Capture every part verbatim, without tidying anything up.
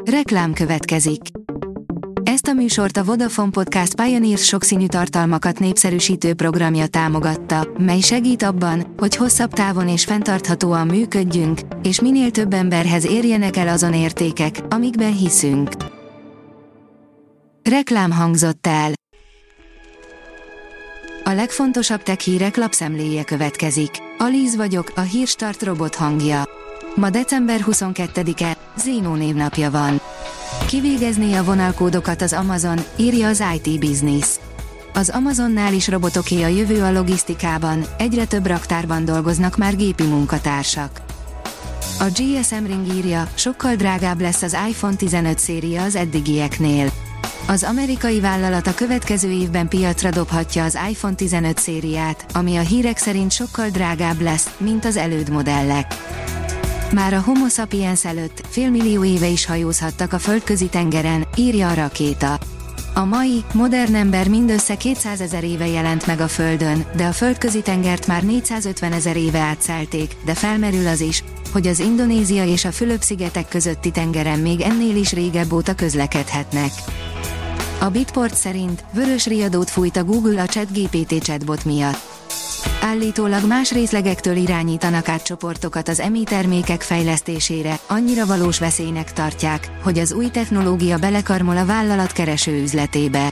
Reklám következik. Ezt a műsort a Vodafone Podcast Pioneers sokszínű tartalmakat népszerűsítő programja támogatta, mely segít abban, hogy hosszabb távon és fenntarthatóan működjünk, és minél több emberhez érjenek el azon értékek, amikben hiszünk. Reklám hangzott el. A legfontosabb tech hírek lapszemléje következik. Alíz vagyok, a Hírstart robot hangja. Ma december huszonkettedike, Zénó névnapja van. Kivégezné a vonalkódokat az Amazon, írja az i té Business. Az Amazonnál is robotoké a jövő a logisztikában, egyre több raktárban dolgoznak már gépi munkatársak. A gé es em Ring írja, sokkal drágább lesz az iPhone tizenöt széria az eddigieknél. Az amerikai vállalat a következő évben piacra dobhatja az iPhone tizenöt szériát, ami a hírek szerint sokkal drágább lesz, mint az elődmodellek. Már a Homo sapiens előtt félmillió éve is hajózhattak a földközi tengeren, írja a Rakéta. A mai, modern ember mindössze kétszázezer éve jelent meg a Földön, de a földközi tengert már négyszázötvenezer éve átszelték, de felmerül az is, hogy az Indonézia és a Fülöp-szigetek közötti tengeren még ennél is régebb óta közlekedhetnek. A Bitport szerint vörös riadót fújt a Google a ChatGPT chatbot miatt. Állítólag más részlegektől irányítanak át csoportokat az e em i termékek fejlesztésére, annyira valós veszélynek tartják, hogy az új technológia belekarmol a vállalat kereső üzletébe.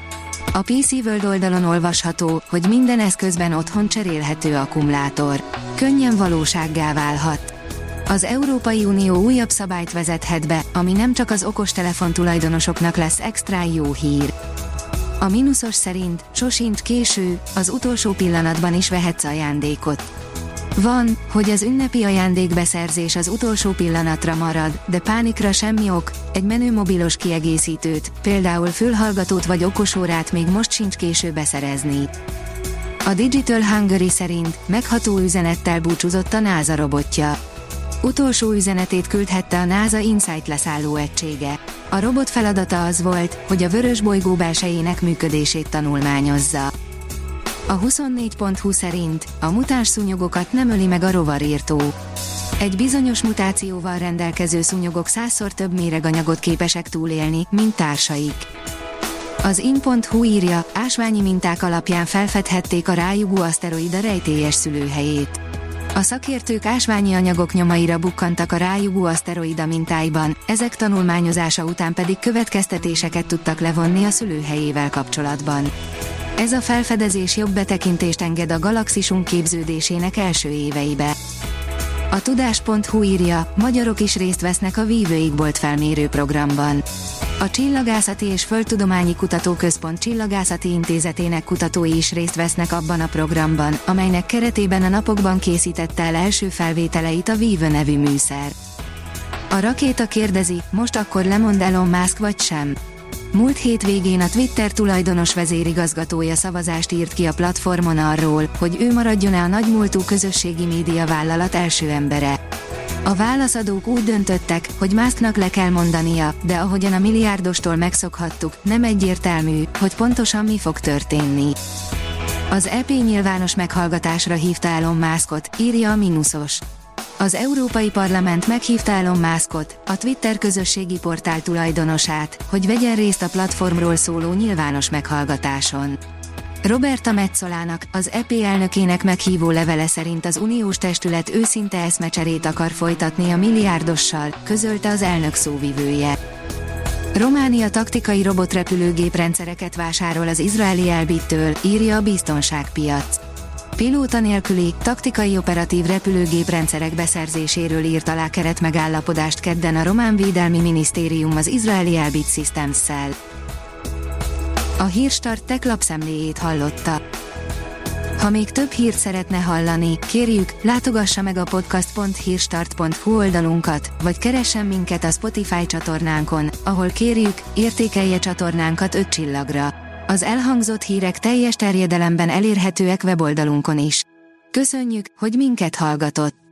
A pé cé World oldalon olvasható, hogy minden eszközben otthon cserélhető akkumulátor. Könnyen valósággá válhat. Az Európai Unió újabb szabályt vezethet be, ami nem csak az okostelefon tulajdonosoknak lesz extra jó hír. A mínuszos szerint sosincs késő, az utolsó pillanatban is vehetsz ajándékot. Van, hogy az ünnepi ajándékbeszerzés az utolsó pillanatra marad, de pánikra semmi ok, egy menő mobilos kiegészítőt, például fülhallgatót vagy okosórát még most sincs késő beszerezni. A Digital Hungary szerint megható üzenettel búcsúzott a NASA robotja. Utolsó üzenetét küldhette a NASA InSight leszálló egysége. A robot feladata az volt, hogy a vörös bolygó belsejének működését tanulmányozza. A huszonnégy pont hu szerint a mutáns szúnyogokat nem öli meg a rovarírtó. Egy bizonyos mutációval rendelkező szúnyogok százszor több méreganyagot képesek túlélni, mint társaik. Az in pont hu írja, ásványi minták alapján felfedhették a rájugó aszteroida rejtélyes szülőhelyét. A szakértők ásványi anyagok nyomaira bukkantak a rájugó aszteroida mintáiban, ezek tanulmányozása után pedig következtetéseket tudtak levonni a szülőhelyével kapcsolatban. Ez a felfedezés jobb betekintést enged a galaxisunk képződésének első éveibe. A tudás pont hu írja, magyarok is részt vesznek a vívő égbolt felmérő programban. A Csillagászati és Földtudományi Kutatóközpont Csillagászati Intézetének kutatói is részt vesznek abban a programban, amelynek keretében a napokban készítette el első felvételeit a Vive nevű műszer. A Rakéta kérdezi, most akkor lemond Elon Musk vagy sem? Múlt hétvégén a Twitter tulajdonos vezérigazgatója szavazást írt ki a platformon arról, hogy ő maradjon-e a nagymúltú közösségi média vállalat első embere. A válaszadók úgy döntöttek, hogy Musknak le kell mondania, de ahogyan a milliárdostól megszokhattuk, nem egyértelmű, hogy pontosan mi fog történni. Az é pé nyilvános meghallgatásra hívta Elon Muskot, írja a mínuszos. Az Európai Parlament meghívta Elon Muskot, a Twitter közösségi portál tulajdonosát, hogy vegyen részt a platformról szóló nyilvános meghallgatáson. Roberta Metsolának, az é pé elnökének meghívó levele szerint az uniós testület őszinte eszmecserét akar folytatni a milliárdossal, közölte az elnök szóvivője. Románia taktikai robotrepülőgép rendszereket vásárol az izraeli Elbit-től, írja a biztonságpiac. Pilóta nélküli, taktikai operatív repülőgép rendszerek beszerzéséről írt alá keretmegállapodást kedden a román védelmi minisztérium az izraeli Elbit Systems-szel. A Hírstart tech lapszemléjét hallotta. Ha még több hírt szeretne hallani, kérjük, látogassa meg a podcast pont hírstart pont hu oldalunkat, vagy keressen minket a Spotify csatornánkon, ahol kérjük, értékelje csatornánkat öt csillagra. Az elhangzott hírek teljes terjedelemben elérhetőek weboldalunkon is. Köszönjük, hogy minket hallgatott!